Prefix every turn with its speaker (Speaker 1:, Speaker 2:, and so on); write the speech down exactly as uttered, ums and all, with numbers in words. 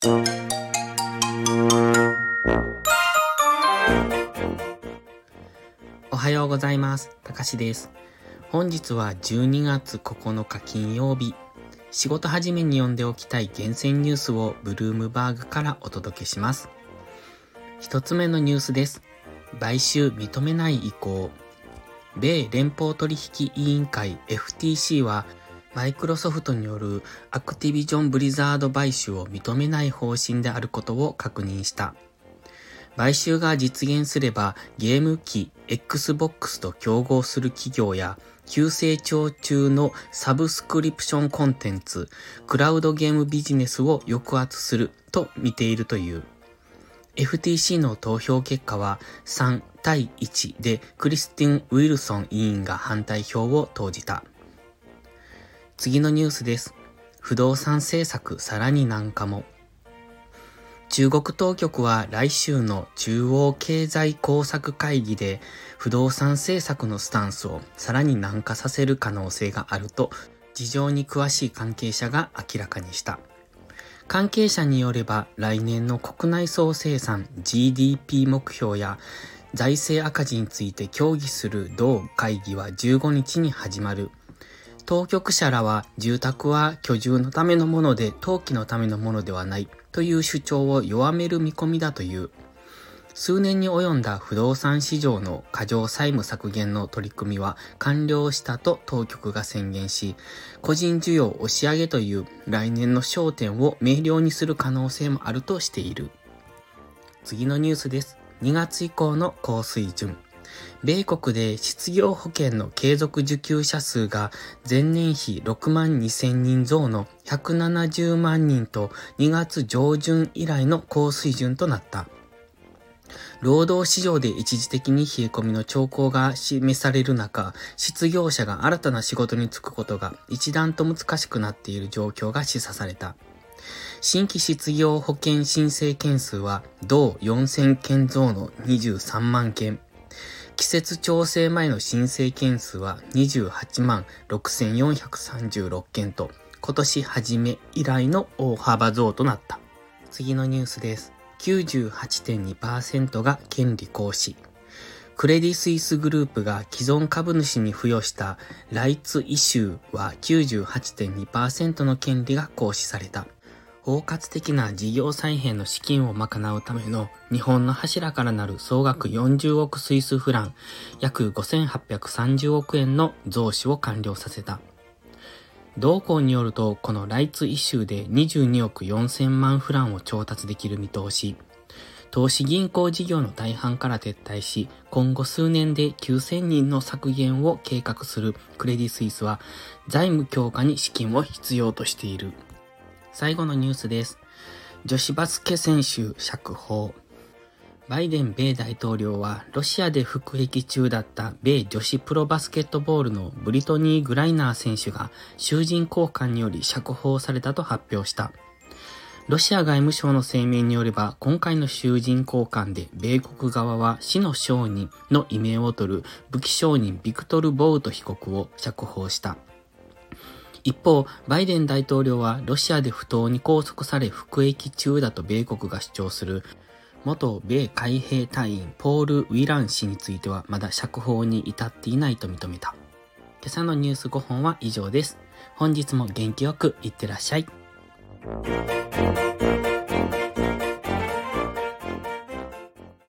Speaker 1: おはようございます。たかしです。本日はじゅうにがつここのか金曜日。仕事始めに読んでおきたい厳選ニュースをブルームバーグからお届けします。一つ目のニュースです。買収認めない意向。米連邦取引委員会 エフティーシー はマイクロソフトによるアクティビジョンブリザード買収を認めない方針であることを確認した。買収が実現すればゲーム機 Xbox と競合する企業や急成長中のサブスクリプションコンテンツ、クラウドゲームビジネスを抑圧すると見ているという。エフティーシー の投票結果はさんたいいちでクリスティン・ウィルソン委員が反対票を投じた。次のニュースです。不動産政策さらに軟化も。中国当局は来週の中央経済工作会議で不動産政策のスタンスをさらに軟化させる可能性があると事情に詳しい関係者が明らかにした。関係者によれば来年の国内総生産 ジーディーピー 目標や財政赤字について協議する同会議はじゅうごにちに始まる。当局者らは住宅は居住のためのもので投機のためのものではないという主張を弱める見込みだという。数年に及んだ不動産市場の過剰債務削減の取り組みは完了したと当局が宣言し、個人需要押し上げという来年の焦点を明瞭にする可能性もあるとしている。次のニュースです。にがつ以降の高水準。米国で失業保険の継続受給者数が前年比ろくまんにせんにん増のひゃくななじゅうまんにんとにがつ上旬以来の高水準となった。労働市場で一時的に冷え込みの兆候が示される中、失業者が新たな仕事に就くことが一段と難しくなっている状況が示唆された。新規失業保険申請件数は同よんせんけん増のにじゅうさんまんけん。季節調整前の申請件数はにじゅうはちまんろくせんよんひゃくさんじゅうろっけんと今年初め以来の大幅増となった。次のニュースです。きゅうじゅうはちてんにパーセント が権利行使。クレディスイスグループが既存株主に付与したライツイシューは きゅうじゅうはちてんにパーセント の権利が行使された。包括的な事業再編の資金を賄うための日本の柱からなる総額よんじゅうおくスイスフラン、約ごせんはっぴゃくさんじゅうおくえんの増資を完了させた。同行によると、このライツイシューでにじゅうにおくよんせんまんフランを調達できる見通し。投資銀行事業の大半から撤退し、今後数年できゅうせんにんの削減を計画するクレディスイスは、財務強化に資金を必要としている。最後のニュースです。女子バスケ選手釈放。バイデン米大統領はロシアで服役中だった米女子プロバスケットボールのブリトニー・グライナー選手が囚人交換により釈放されたと発表した。ロシア外務省の声明によれば今回の囚人交換で米国側は死の商人の異名を取る武器商人ビクトル・ボウト被告を釈放した。一方、バイデン大統領はロシアで不当に拘束され服役中だと米国が主張する元米海兵隊員ポール・ウィラン氏についてはまだ釈放に至っていないと認めた。今朝のニュースごほんは以上です。本日も元気よくいってらっしゃい。